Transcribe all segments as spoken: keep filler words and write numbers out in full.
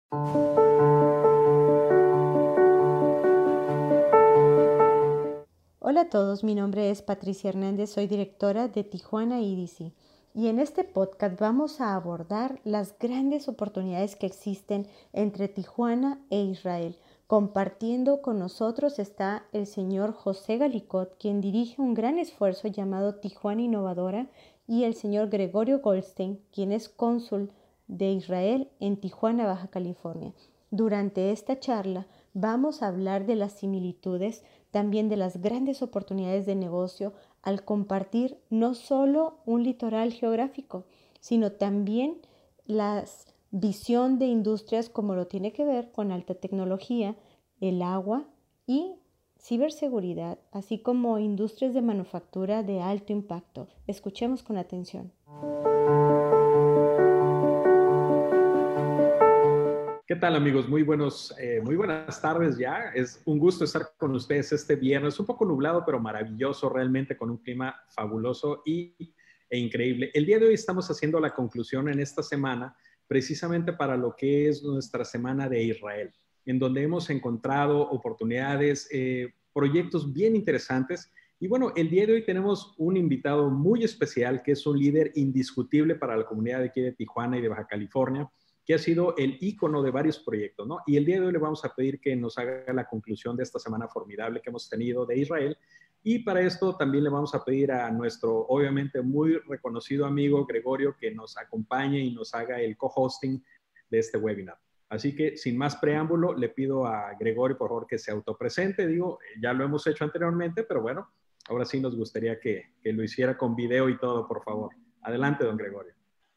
Hola a todos, mi nombre es Patricia Hernández, soy directora de Tijuana E D C y en este podcast vamos a abordar las grandes oportunidades que existen entre Tijuana e Israel. Compartiendo con nosotros está el señor José Galicot, quien dirige un gran esfuerzo llamado Tijuana Innovadora, y el señor Gregorio Goldstein, quien es cónsul de Israel en Tijuana, Baja California. Durante esta charla vamos a hablar de las similitudes, también de las grandes oportunidades de negocio al compartir no solo un litoral geográfico, sino también la visión de industrias como lo tiene que ver con alta tecnología, el agua y ciberseguridad, así como industrias de manufactura de alto impacto. Escuchemos con atención. ¿Qué tal, amigos? Muy buenos, eh, muy buenas tardes ya. Es un gusto estar con ustedes este viernes, un poco nublado, pero maravilloso realmente, con un clima fabuloso y, e increíble. El día de hoy estamos haciendo la conclusión en esta semana, precisamente para lo que es nuestra semana de Israel, en donde hemos encontrado oportunidades, eh, proyectos bien interesantes. Y bueno, el día de hoy tenemos un invitado muy especial, que es un líder indiscutible para la comunidad de aquí de Tijuana y de Baja California, que ha sido el ícono de varios proyectos, ¿no? Y el día de hoy le vamos a pedir que nos haga la conclusión de esta semana formidable que hemos tenido de Israel. Y para esto también le vamos a pedir a nuestro, obviamente, muy reconocido amigo Gregorio que nos acompañe y nos haga el co-hosting de este webinar. Así que, sin más preámbulo, le pido a Gregorio, por favor, que se autopresente. Digo, ya lo hemos hecho anteriormente, pero bueno, ahora sí nos gustaría que, que lo hiciera con video y todo, por favor. Adelante, don Gregorio.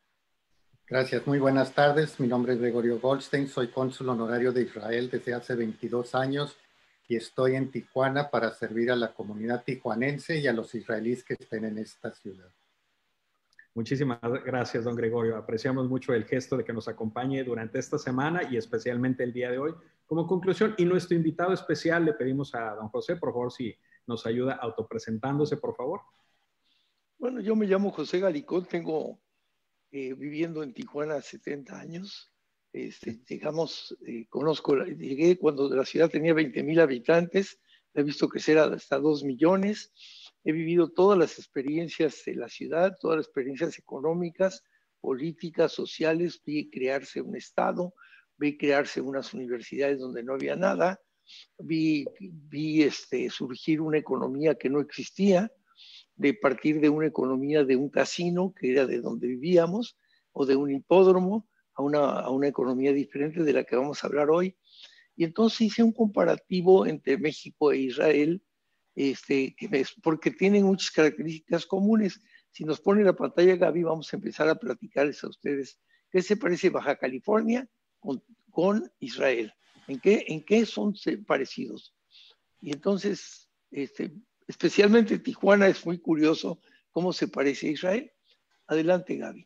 Gracias, muy buenas tardes. Mi nombre es Gregorio Goldstein, soy cónsul honorario de Israel desde hace veintidós años y estoy en Tijuana para servir a la comunidad tijuanense y a los israelíes que estén en esta ciudad. Muchísimas gracias, don Gregorio. Apreciamos mucho el gesto de que nos acompañe durante esta semana y especialmente el día de hoy. Como conclusión, y nuestro invitado especial, le pedimos a don José, por favor, si nos ayuda autopresentándose, por favor. Bueno, yo me llamo José Galicot, tengo eh, viviendo en Tijuana setenta años. Este, llegamos, eh, conozco, llegué cuando la ciudad tenía veinte mil habitantes, he visto crecer hasta dos millones, he vivido todas las experiencias de la ciudad, todas las experiencias económicas, políticas, sociales, vi crearse un estado, vi crearse unas universidades donde no había nada, vi, vi este, surgir una economía que no existía, de partir de una economía de un casino, que era de donde vivíamos, o de un hipódromo, a una, a una economía diferente de la que vamos a hablar hoy. Y entonces hice un comparativo entre México e Israel, este, que me, porque tienen muchas características comunes. Si nos pone la pantalla, Gaby, vamos a empezar a platicarles a ustedes qué se parece Baja California con, con Israel. ¿En qué, ¿En qué son parecidos? Y entonces, este, especialmente Tijuana es muy curioso cómo se parece a Israel. Adelante, Gaby.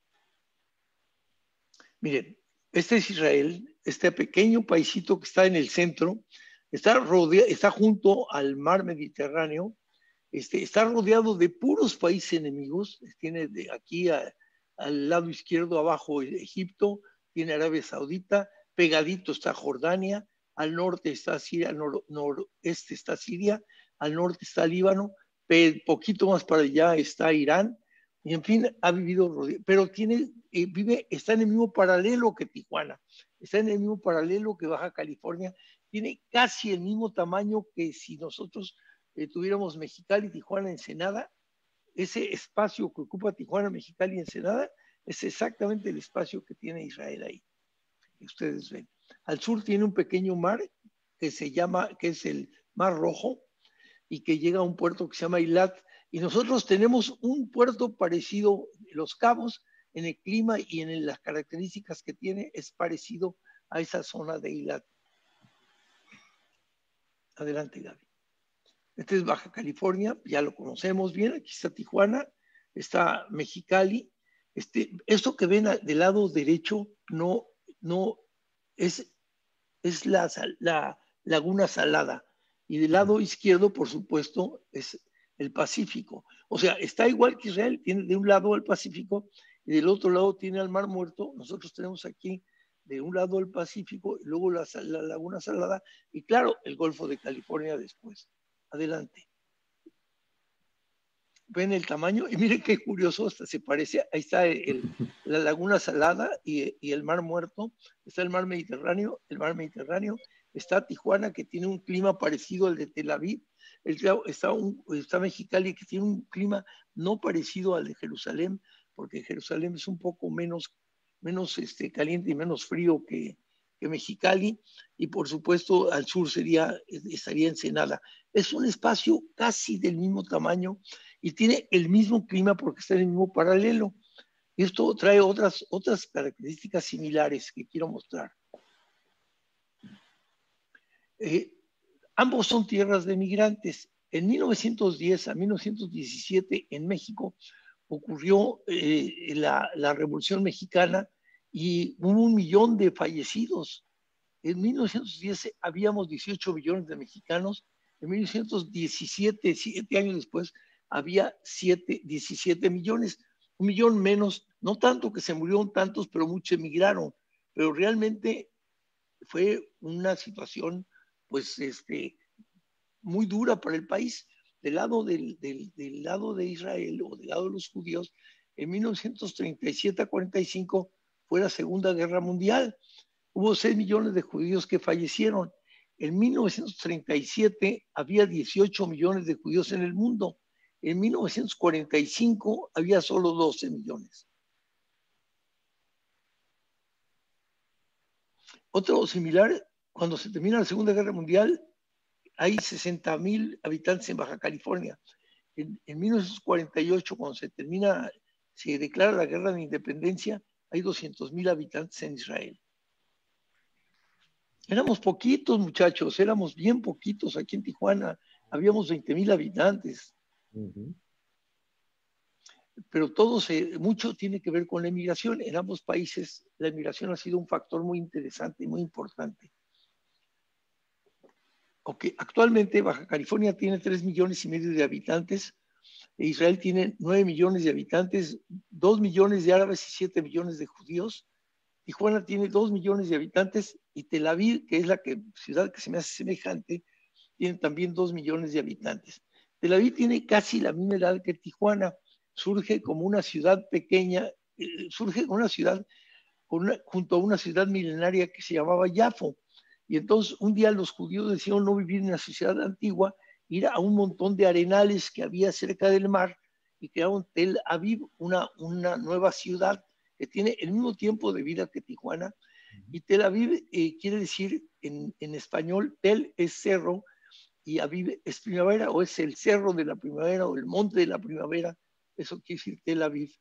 Miren, este es Israel, este pequeño paisito que está en el centro, está, rodea, está junto al mar Mediterráneo, este, está rodeado de puros países enemigos, tiene de aquí a, al lado izquierdo abajo Egipto, tiene Arabia Saudita, pegadito está Jordania, al norte está Siria, al nor, noreste está Siria, al norte está Líbano, poquito más para allá está Irán, y en fin, ha vivido, pero tiene, eh, vive, está en el mismo paralelo que Tijuana, está en el mismo paralelo que Baja California, tiene casi el mismo tamaño que si nosotros eh, tuviéramos Mexicali, Tijuana, Ensenada. Ese espacio que ocupa Tijuana, Mexicali y Ensenada es exactamente el espacio que tiene Israel ahí, que ustedes ven. Al sur tiene un pequeño mar que se llama, que es el Mar Rojo, y que llega a un puerto que se llama Eilat, y nosotros tenemos un puerto parecido, Los Cabos, en el clima y en las características que tiene, es parecido a esa zona de Eilat. Adelante, Gaby. Este es Baja California, ya lo conocemos bien, aquí está Tijuana, está Mexicali. Este, esto que ven del lado derecho no, no es, es la, la laguna salada, y del lado izquierdo, por supuesto, es el Pacífico. O sea, está igual que Israel, tiene de un lado el Pacífico y del otro lado tiene el Mar Muerto. Nosotros tenemos aquí de un lado el Pacífico, y luego la, la Laguna Salada, y claro, el Golfo de California después. Adelante. Ven el tamaño, y miren qué curioso, hasta se parece, ahí está el, la Laguna Salada y, y el Mar Muerto, está el Mar Mediterráneo, el Mar Mediterráneo, está Tijuana, que tiene un clima parecido al de Tel Aviv, está, un, está Mexicali, que tiene un clima no parecido al de Jerusalén, porque Jerusalén es un poco menos, menos este, caliente y menos frío que, que Mexicali, y por supuesto al sur sería, estaría Ensenada. Es un espacio casi del mismo tamaño y tiene el mismo clima porque está en el mismo paralelo. Y esto trae otras, otras características similares que quiero mostrar. Eh, ambos son tierras de migrantes. En mil novecientos diez a mil novecientos diecisiete en México ocurrió eh, la, la Revolución Mexicana y hubo un millón de fallecidos. En mil novecientos diez habíamos dieciocho millones de mexicanos. En mil novecientos diecisiete, siete años después, había siete, diecisiete millones, un millón menos, no tanto que se murieron tantos, pero muchos emigraron. Pero realmente fue una situación, pues, este, muy dura para el país. Del lado, del, del, del lado de Israel o del lado de los judíos, en mil novecientos treinta y siete a cuarenta y cinco fue la Segunda Guerra Mundial. Hubo seis millones de judíos que fallecieron. En mil novecientos treinta y siete había dieciocho millones de judíos en el mundo. En mil novecientos cuarenta y cinco había solo doce millones. Otro similar, cuando se termina la Segunda Guerra Mundial, hay sesenta mil habitantes en Baja California. En, en mil novecientos cuarenta y ocho, cuando se termina, se declara la Guerra de Independencia, hay doscientos mil habitantes en Israel. Éramos poquitos, muchachos, éramos bien poquitos aquí en Tijuana. Habíamos veinte mil habitantes. Uh-huh. Pero todo se, mucho tiene que ver con la emigración. En ambos países la emigración ha sido un factor muy interesante y muy importante. Okay. Actualmente Baja California tiene tres millones y medio de habitantes. E Israel tiene nueve millones de habitantes, dos millones de árabes y siete millones de judíos. Tijuana tiene dos millones de habitantes y Tel Aviv, que es la que, ciudad que se me hace semejante, tiene también dos millones de habitantes. Tel Aviv tiene casi la misma edad que Tijuana. Surge como una ciudad pequeña, eh, surge como una ciudad una, junto a una ciudad milenaria que se llamaba Yafo. Y entonces un día los judíos decidieron no vivir en la sociedad antigua, ir a un montón de arenales que había cerca del mar y crearon Tel Aviv, una, una nueva ciudad que tiene el mismo tiempo de vida que Tijuana. Y Tel Aviv eh, quiere decir en, en español, Tel es cerro y Aviv es primavera, o es el cerro de la primavera o el monte de la primavera. Eso quiere decir Tel Aviv.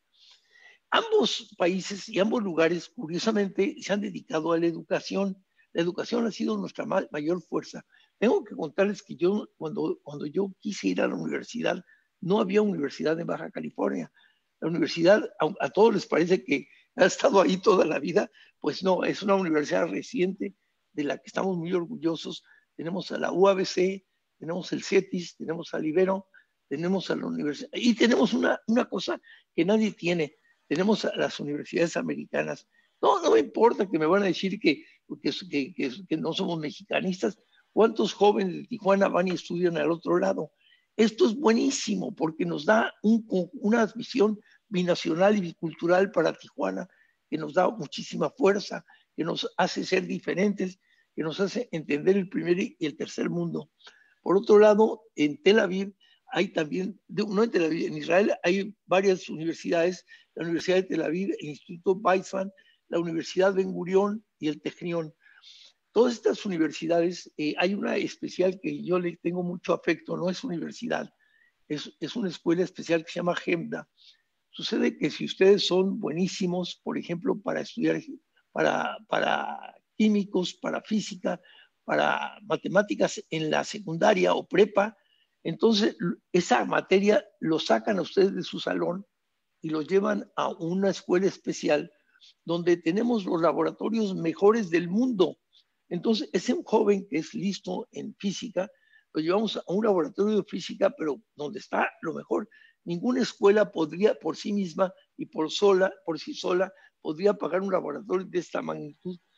Ambos países y ambos lugares, curiosamente, se han dedicado a la educación. La educación ha sido nuestra ma mayor fuerza. Tengo que contarles que yo, cuando, cuando yo quise ir a la universidad, no había universidad en Baja California. La universidad, a, a todos les parece que ha estado ahí toda la vida, pues no, es una universidad reciente de la que estamos muy orgullosos. Tenemos a la U A B C, tenemos el CETIS, tenemos al Ibero, tenemos a la universidad, y tenemos una, una cosa que nadie tiene, tenemos a las universidades americanas. No, no me importa que me van a decir que, que, que, que, que no somos mexicanistas. ¿Cuántos jóvenes de Tijuana van y estudian al otro lado? Esto es buenísimo porque nos da un, una visión binacional y bicultural para Tijuana, que nos da muchísima fuerza, que nos hace ser diferentes, que nos hace entender el primer y el tercer mundo. Por otro lado, en Tel Aviv hay también, no en Tel Aviv, en Israel hay varias universidades, la Universidad de Tel Aviv, el Instituto Weizmann, la Universidad Ben Gurión y el Technion. Todas estas universidades, eh, hay una especial que yo le tengo mucho afecto, no es universidad, es, es una escuela especial que se llama Hemda. Sucede que si ustedes son buenísimos, por ejemplo, para estudiar, para, para químicos, para física, para matemáticas en la secundaria o prepa, entonces esa materia lo sacan a ustedes de su salón y los llevan a una escuela especial donde tenemos los laboratorios mejores del mundo. Entonces, ese joven que es listo en física, lo llevamos a un laboratorio de física, pero donde está lo mejor. Ninguna escuela podría por sí misma y por sola, por sí sola, podría pagar un laboratorio de esta magnitud.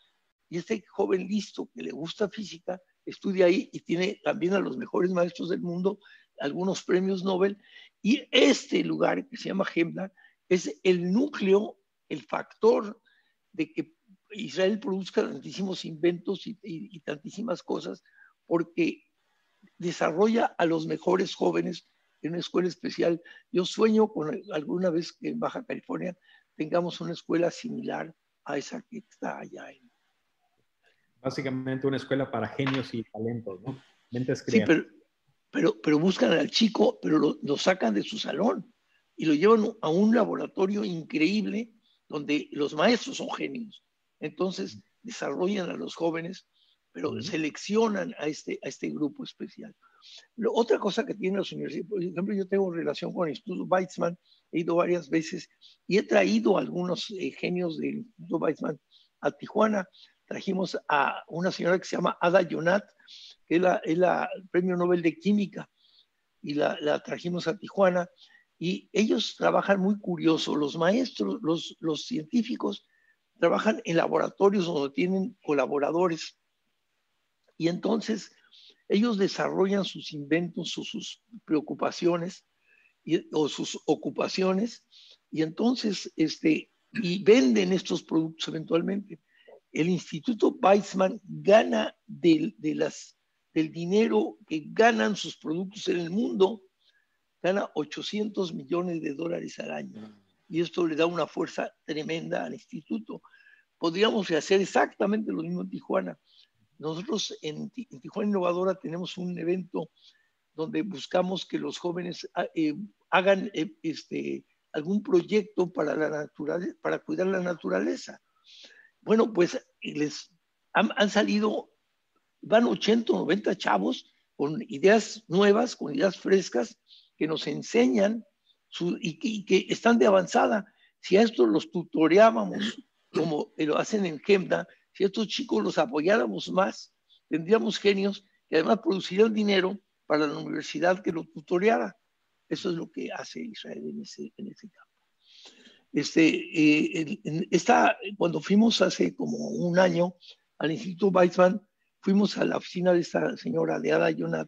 y este joven listo que le gusta física estudia ahí y tiene también a los mejores maestros del mundo, algunos premios Nobel, y este lugar que se llama Hemda es el núcleo, el factor de que Israel produzca tantísimos inventos y, y, y tantísimas cosas, porque desarrolla a los mejores jóvenes en una escuela especial. Yo sueño con alguna vez que en Baja California tengamos una escuela similar a esa que está allá en... Básicamente una escuela para genios y talentos, ¿no? Mentes Sí, creativas. pero, pero, pero buscan al chico, pero lo, lo sacan de su salón y lo llevan a un laboratorio increíble donde los maestros son genios. Entonces desarrollan a los jóvenes, pero uh-huh. seleccionan a este, a este grupo especial. Lo, otra cosa que tienen las universidades, por ejemplo, yo tengo relación con el Instituto Weizmann, he ido varias veces y he traído a algunos eh, genios del Instituto Weizmann a Tijuana. Trajimos a una señora que se llama Ada Yonat, que es la, es la premio Nobel de Química, y la, la trajimos a Tijuana. Y ellos trabajan muy curioso. Los maestros, los, los científicos, trabajan en laboratorios donde tienen colaboradores. Y entonces ellos desarrollan sus inventos o sus preocupaciones y, o sus ocupaciones, y entonces este, y venden estos productos eventualmente. El Instituto Weizmann gana de, de las, del dinero que ganan sus productos en el mundo, gana ochocientos millones de dólares al año. Y esto le da una fuerza tremenda al instituto. Podríamos hacer exactamente lo mismo en Tijuana. Nosotros en, en Tijuana Innovadora tenemos un evento donde buscamos que los jóvenes eh, hagan eh, este, algún proyecto para, la naturaleza, para cuidar la naturaleza. Bueno, pues les han, han salido, van ochenta o noventa chavos con ideas nuevas, con ideas frescas, que nos enseñan su, y, que, y que están de avanzada. Si a estos los tutoreábamos, como lo hacen en Hemda, si a estos chicos los apoyáramos más, tendríamos genios que además producirían dinero para la universidad que lo tutoreara. Eso es lo que hace Israel en ese, en ese campo. Este, eh, en esta, cuando fuimos hace como un año al Instituto Weizmann, fuimos a la oficina de esta señora, de Ada Yonat,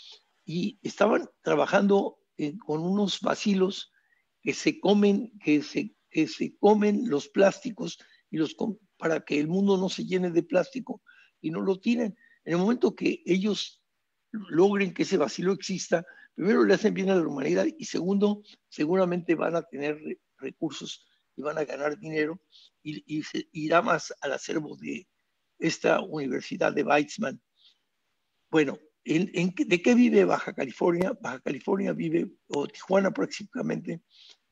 y estaban trabajando eh, con unos bacilos que se comen, que se, que se comen los plásticos y los, para que el mundo no se llene de plástico y no lo tiren. En el momento que ellos logren que ese bacilo exista, primero le hacen bien a la humanidad y segundo, seguramente van a tener recursos y van a ganar dinero y, y se irá más al acervo de esta universidad de Weizmann. Bueno, ¿en, en, ¿de qué vive Baja California? Baja California vive, o Tijuana prácticamente,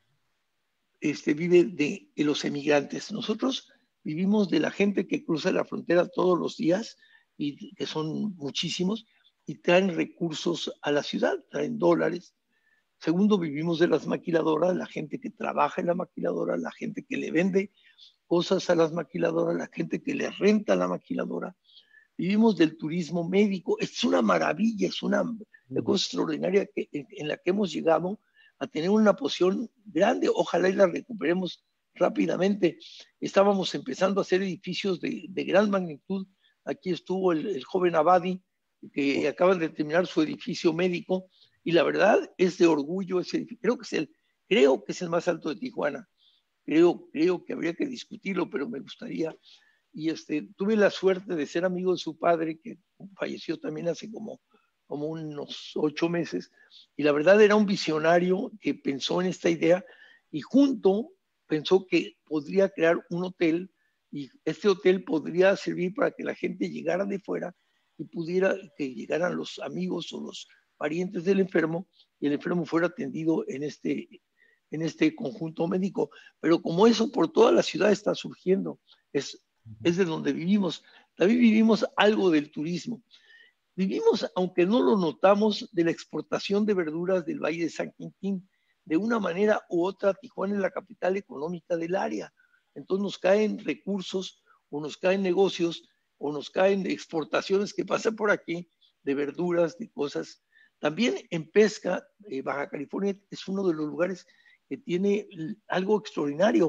este, vive de, de los emigrantes. Nosotros vivimos de la gente que cruza la frontera todos los días, y que son muchísimos, y traen recursos a la ciudad, traen dólares. Segundo, vivimos de las maquiladoras, la gente que trabaja en la maquiladora, la gente que le vende cosas a las maquiladoras, la gente que le renta la maquiladora. Vivimos del turismo médico. Es una maravilla, es una cosa extraordinaria que, en, en la que hemos llegado a tener una posición grande. Ojalá y la recuperemos rápidamente. Estábamos empezando a hacer edificios de, de gran magnitud. Aquí estuvo el, el joven Abadi, que acaba de terminar su edificio médico, y la verdad es de orgullo ese edificio. Creo que es el, creo que es el más alto de Tijuana. Creo, creo que habría que discutirlo, pero me gustaría. Y este, tuve la suerte de ser amigo de su padre, que falleció también hace como, como unos ocho meses, y la verdad era un visionario que pensó en esta idea, y junto pensó que podría crear un hotel, y este hotel podría servir para que la gente llegara de fuera y pudiera, que llegaran los amigos o los parientes del enfermo, y el enfermo fuera atendido en este, en este conjunto médico. Pero como eso por toda la ciudad está surgiendo, es, es de donde vivimos. También vivimos algo del turismo. Vivimos, aunque no lo notamos, de la exportación de verduras del Valle de San Quintín. De una manera u otra, Tijuana es la capital económica del área. Entonces nos caen recursos o nos caen negocios o nos caen exportaciones que pasan por aquí de verduras, de cosas. También en pesca, eh, Baja California es uno de los lugares que tiene algo extraordinario.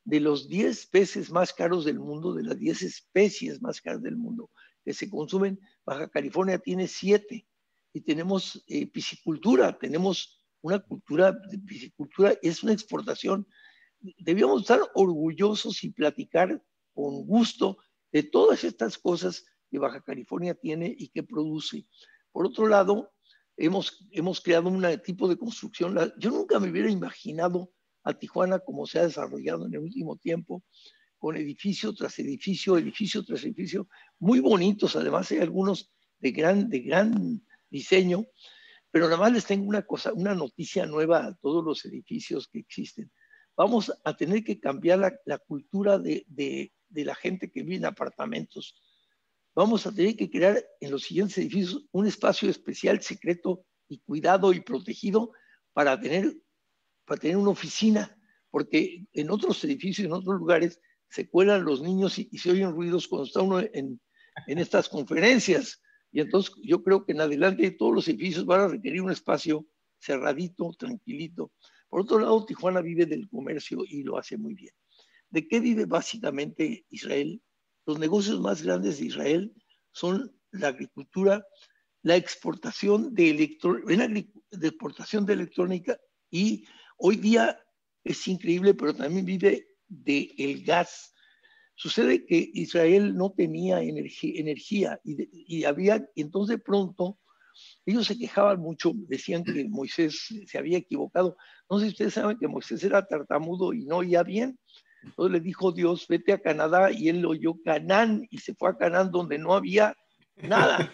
de los diez peces más caros del mundo, de las diez especies más caras del mundo que se consumen, Baja California tiene siete. Y tenemos eh, piscicultura, tenemos una cultura de piscicultura, es una exportación. Debíamos estar orgullosos y platicar con gusto de todas estas cosas que Baja California tiene y que produce. Por otro lado, hemos, hemos creado un tipo de construcción. Yo nunca me hubiera imaginado a Tijuana como se ha desarrollado en el último tiempo, con edificio tras edificio, edificio tras edificio, muy bonitos. Además, hay algunos de gran, de gran diseño, pero nada más les tengo una cosa, una noticia nueva a todos los edificios que existen. Vamos a tener que cambiar la, la cultura de, de, de la gente que vive en apartamentos. Vamos a tener que crear en los siguientes edificios un espacio especial, secreto y cuidado y protegido para tener, para tener una oficina, porque en otros edificios, en otros lugares, se cuelan los niños y, y se oyen ruidos cuando está uno en, en estas conferencias. Y entonces yo creo que en adelante todos los edificios van a requerir un espacio cerradito, tranquilito. Por otro lado, Tijuana vive del comercio y lo hace muy bien. ¿De qué vive básicamente Israel? Los negocios más grandes de Israel son la agricultura, la exportación de, electro, de exportación de electrónica, y hoy día es increíble, pero también vive del gas. Sucede que Israel no tenía energía, energía y, de, y había, entonces de pronto ellos se quejaban mucho, decían que Moisés se había equivocado. No sé si ustedes saben que Moisés era tartamudo y no oía bien. Entonces le dijo Dios, vete a Canadá, y él oyó Canaán y se fue a Canaán donde no había nada.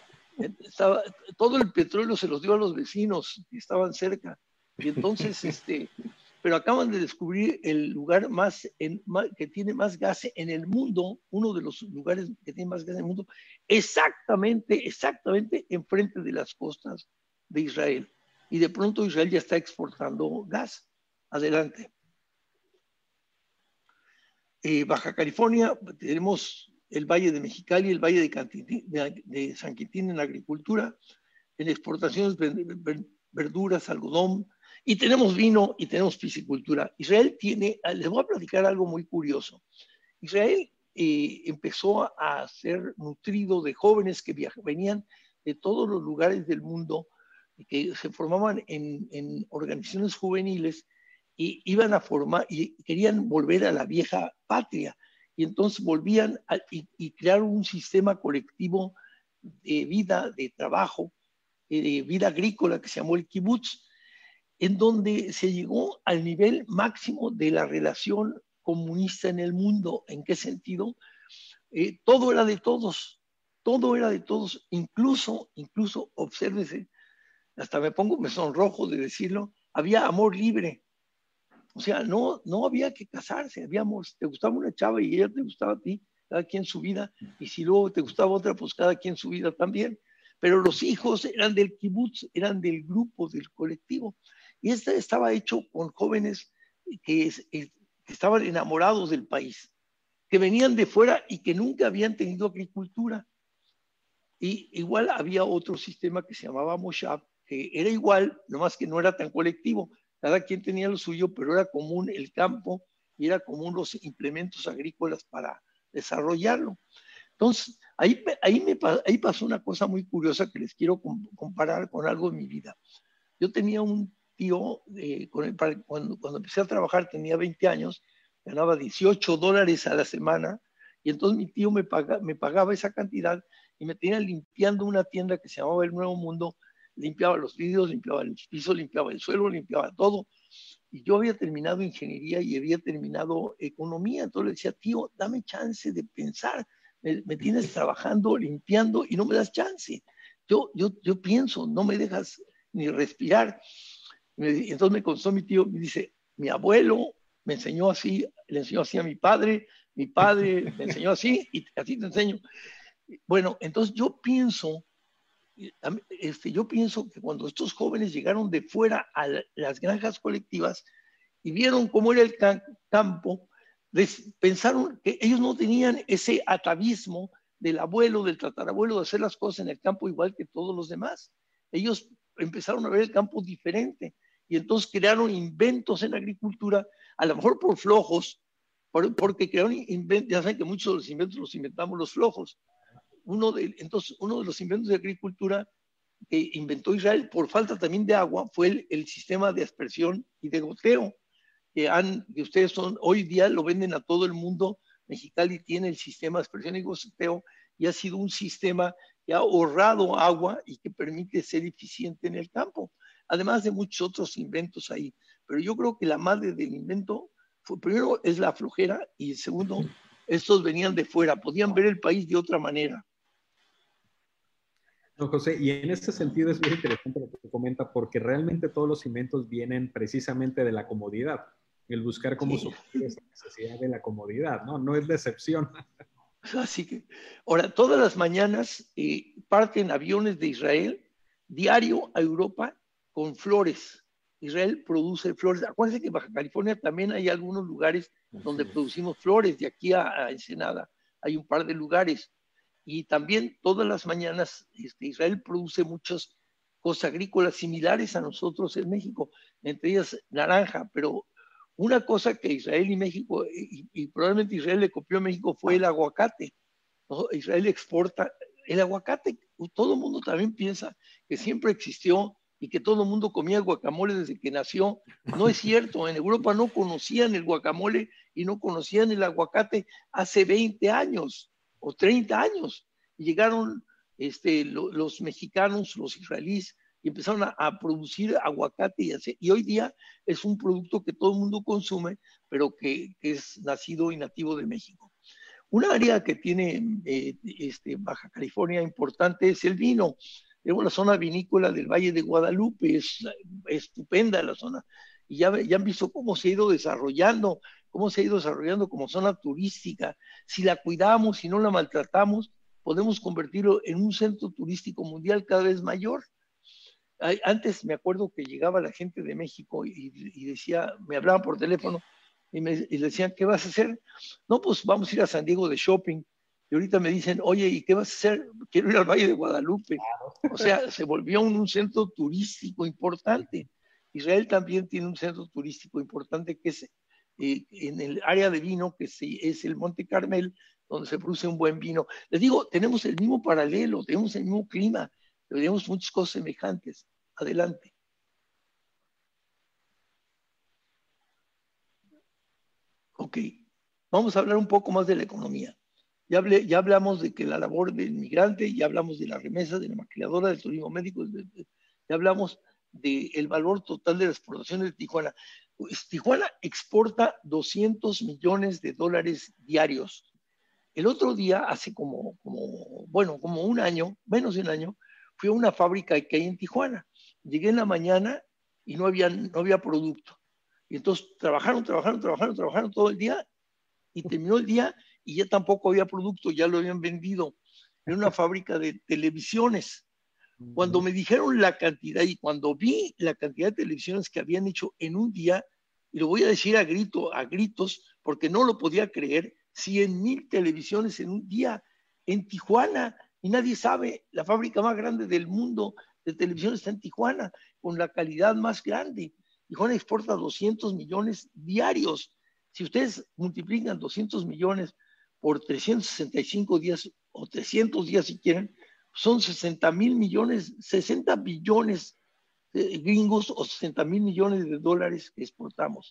Estaba, todo el petróleo se los dio a los vecinos que estaban cerca. Y entonces, este, pero acaban de descubrir el lugar más, en, más que tiene más gas en el mundo, uno de los lugares que tiene más gas en el mundo, exactamente, exactamente enfrente de las costas de Israel. Y de pronto Israel ya está exportando gas. Adelante. Eh, Baja California, tenemos el Valle de Mexicali, el Valle de, Cantín, de, de San Quintín en agricultura, en exportaciones, verduras, algodón, y tenemos vino y tenemos piscicultura. Israel tiene, les voy a platicar algo muy curioso. Israel eh, empezó a ser nutrido de jóvenes que viaj, venían de todos los lugares del mundo, que se formaban en, en organizaciones juveniles y iban a formar y querían volver a la vieja patria. Y entonces volvían a, y, y crearon un sistema colectivo de vida, de trabajo, de vida agrícola que se llamó el kibutz, en donde se llegó al nivel máximo de la relación comunista en el mundo. ¿En qué sentido? Eh, todo era de todos, todo era de todos, incluso, incluso, obsérvese, hasta me pongo, me sonrojo de decirlo, había amor libre. O sea, no, no había que casarse, habíamos, te gustaba una chava y ella te gustaba a ti, cada quien su vida, y si luego te gustaba otra, pues cada quien su vida también. Pero los hijos eran del kibutz, eran del grupo, del colectivo. Y este estaba hecho con jóvenes que, que estaban enamorados del país, que venían de fuera y que nunca habían tenido agricultura. Y igual había otro sistema que se llamaba Moshav, que era igual, nomás que no era tan colectivo. Cada quien tenía lo suyo, pero era común el campo y era común los implementos agrícolas para desarrollarlo. Entonces, ahí, ahí, me, ahí pasó una cosa muy curiosa que les quiero comparar con algo de mi vida. Yo tenía un tío, eh, con el, cuando, cuando empecé a trabajar tenía veinte años, ganaba dieciocho dólares a la semana, y entonces mi tío me, paga, me pagaba esa cantidad y me tenía limpiando una tienda que se llamaba El Nuevo Mundo. Limpiaba los vidrios, limpiaba el piso, limpiaba el suelo, limpiaba todo. Y yo había terminado ingeniería y había terminado economía. Entonces le decía, tío, dame chance de pensar. Me, me tienes trabajando, limpiando y no me das chance. Yo, yo, yo pienso, no me dejas ni respirar. Y entonces me contó mi tío, me dice, mi abuelo me enseñó así, le enseñó así a mi padre, mi padre me enseñó así y así te enseño. Bueno, entonces yo pienso, Este, yo pienso que cuando estos jóvenes llegaron de fuera a las granjas colectivas y vieron cómo era el campo, les pensaron que ellos no tenían ese atavismo del abuelo, del tatarabuelo, de hacer las cosas en el campo igual que todos los demás. Ellos empezaron a ver el campo diferente y entonces crearon inventos en agricultura, a lo mejor por flojos, Por, porque crearon inventos, ya saben que muchos de los inventos los inventamos los flojos. Uno de, entonces, uno de los inventos de agricultura que inventó Israel por falta también de agua fue el, el sistema de aspersión y de goteo, que, han, que ustedes son, hoy día lo venden a todo el mundo. Mexicali tiene el sistema de aspersión y goteo y ha sido un sistema que ha ahorrado agua y que permite ser eficiente en el campo, además de muchos otros inventos ahí. Pero yo creo que la madre del invento fue, primero, es la flojera, y segundo, estos venían de fuera, podían ver el país de otra manera. No, José, y en este sentido es muy interesante lo que te comenta, porque realmente todos los inventos vienen precisamente de la comodidad, el buscar cómo sí. suplir esa necesidad de la comodidad, ¿no? No es la excepción. Así que, ahora, todas las mañanas eh, parten aviones de Israel diario a Europa con flores. Israel produce flores. Acuérdense que en Baja California también hay algunos lugares donde sí. producimos flores, de aquí a, a Ensenada. Hay un par de lugares. Y también todas las mañanas este, Israel produce muchas cosas agrícolas similares a nosotros en México, entre ellas naranja, pero una cosa que Israel y México, y, y probablemente Israel le copió a México, fue el aguacate. ¿No? Israel exporta el aguacate. Todo el mundo también piensa que siempre existió y que todo el mundo comía guacamole desde que nació. No es cierto. En Europa no conocían el guacamole y no conocían el aguacate hace veinte años o treinta años. Y llegaron este, lo, los mexicanos, los israelíes, y empezaron a, a producir aguacate y, hacer, y hoy día es un producto que todo el mundo consume, pero que, que es nacido y nativo de México. Un área que tiene eh, este, Baja California importante es el vino. Tenemos la zona vinícola del Valle de Guadalupe, es, es estupenda la zona. Y ya, ya han visto cómo se ha ido desarrollando, cómo se ha ido desarrollando como zona turística. Si la cuidamos, si no la maltratamos, podemos convertirlo en un centro turístico mundial cada vez mayor. Antes me acuerdo que llegaba la gente de México y, y decía, me hablaban por teléfono y me y decían, ¿qué vas a hacer? No, pues vamos a ir a San Diego de shopping. Y ahorita me dicen, oye, ¿y qué vas a hacer? Quiero ir al Valle de Guadalupe. Claro. O sea, se volvió un, un centro turístico importante. Israel también tiene un centro turístico importante que es eh, en el área de vino, que se, es el Monte Carmel, donde se produce un buen vino. Les digo, tenemos el mismo paralelo, tenemos el mismo clima, tenemos muchas cosas semejantes. Adelante. Ok, vamos a hablar un poco más de la economía. Ya, hablé, ya hablamos de que la labor del migrante, ya hablamos de la remesa, de la maquiladora, del turismo médico, de, de, ya hablamos del valor total de las exportaciones de Tijuana. Pues, Tijuana exporta doscientos millones de dólares diarios. El otro día, hace como, como, bueno, como un año, menos de un año, fui a una fábrica que hay en Tijuana. Llegué en la mañana y no había, no había producto. Y entonces trabajaron, trabajaron, trabajaron, trabajaron todo el día y terminó el día y ya tampoco había producto, ya lo habían vendido. Era una fábrica de televisiones. Cuando me dijeron la cantidad y cuando vi la cantidad de televisiones que habían hecho en un día, y lo voy a decir a, grito, a gritos porque no lo podía creer, cien mil televisiones en un día en Tijuana. Y nadie sabe, la fábrica más grande del mundo de televisión está en Tijuana, con la calidad más grande. Tijuana exporta doscientos millones diarios. Si ustedes multiplican doscientos millones por trescientos sesenta y cinco días, o trescientos días si quieren, son sesenta mil millones, sesenta billones de gringos o sesenta mil millones de dólares que exportamos.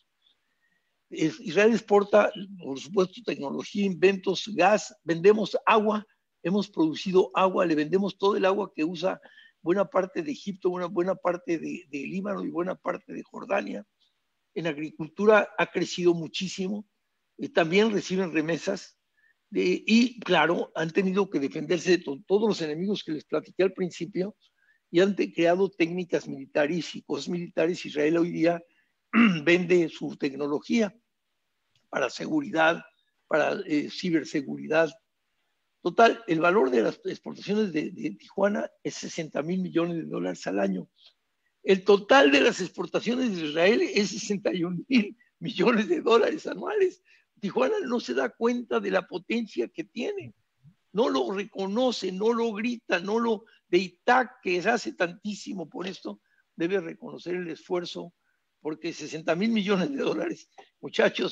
Israel exporta, por supuesto, tecnología, inventos, gas, vendemos agua, hemos producido agua, le vendemos todo el agua que usa buena parte de Egipto, una buena parte de, de Líbano y buena parte de Jordania. En agricultura ha crecido muchísimo, eh, también reciben remesas eh, y, claro, han tenido que defenderse de to todos los enemigos que les platiqué al principio y han creado técnicas militares y cosas militares. Israel hoy día vende su tecnología para seguridad, para eh, ciberseguridad. Total, el valor de las exportaciones de, de Tijuana es sesenta mil millones de dólares al año. El total de las exportaciones de Israel es sesenta y un mil millones de dólares anuales. Tijuana no se da cuenta de la potencia que tiene. No lo reconoce, no lo grita, no lo... De Itac, que hace tantísimo por esto, debe reconocer el esfuerzo, porque sesenta mil millones de dólares, muchachos,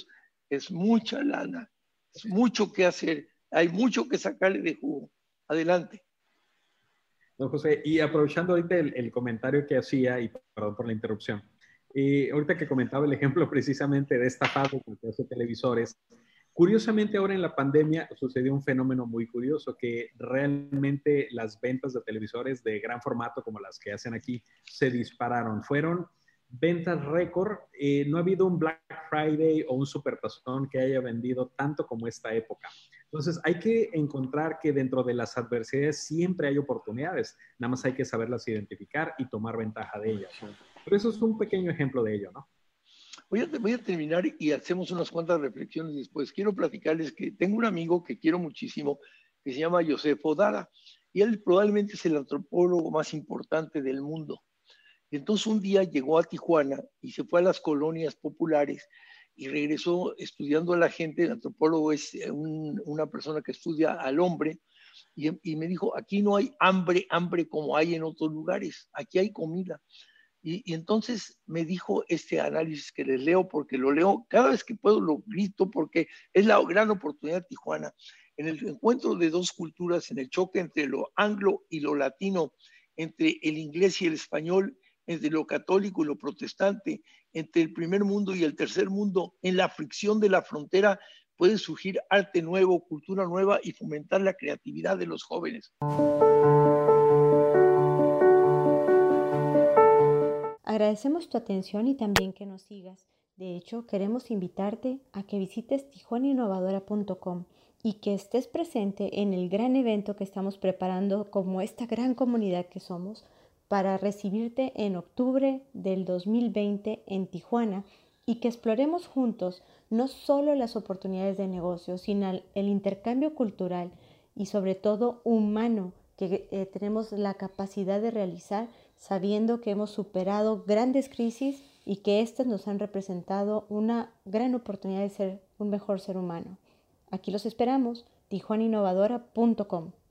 es mucha lana, es mucho que hacer, hay mucho que sacarle de jugo. Adelante. Don José, y aprovechando ahorita el, el comentario que hacía, y perdón por la interrupción, y ahorita que comentaba el ejemplo precisamente de esta fábrica que hace televisores, curiosamente ahora en la pandemia sucedió un fenómeno muy curioso, que realmente las ventas de televisores de gran formato como las que hacen aquí se dispararon. Fueron ventas récord. Eh, no ha habido un Black Friday o un Supertazón que haya vendido tanto como esta época. Entonces hay que encontrar que dentro de las adversidades siempre hay oportunidades, nada más hay que saberlas identificar y tomar ventaja de ellas. Pero eso es un pequeño ejemplo de ello, ¿no? Voy a, voy a terminar y hacemos unas cuantas reflexiones después. Quiero platicarles que tengo un amigo que quiero muchísimo, que se llama Josefo Dara, y él probablemente es el antropólogo más importante del mundo. Y entonces un día llegó a Tijuana y se fue a las colonias populares y regresó estudiando a la gente. El antropólogo es un, una persona que estudia al hombre, y, y me dijo, aquí no hay hambre, hambre como hay en otros lugares, aquí hay comida. Y, y entonces me dijo este análisis que les leo, porque lo leo cada vez que puedo, lo grito, porque es la gran oportunidad de Tijuana. En el encuentro de dos culturas, en el choque entre lo anglo y lo latino, entre el inglés y el español, entre lo católico y lo protestante, entre el primer mundo y el tercer mundo, en la fricción de la frontera, puede surgir arte nuevo, cultura nueva y fomentar la creatividad de los jóvenes. Agradecemos tu atención y también que nos sigas. De hecho, queremos invitarte a que visites tijuana innovadora punto com y que estés presente en el gran evento que estamos preparando como esta gran comunidad que somos para recibirte en octubre del dos mil veinte en Tijuana y que exploremos juntos no solo las oportunidades de negocio, sino el intercambio cultural y sobre todo humano que eh, tenemos la capacidad de realizar sabiendo que hemos superado grandes crisis y que éstas nos han representado una gran oportunidad de ser un mejor ser humano. Aquí los esperamos, tijuana innovadora punto com.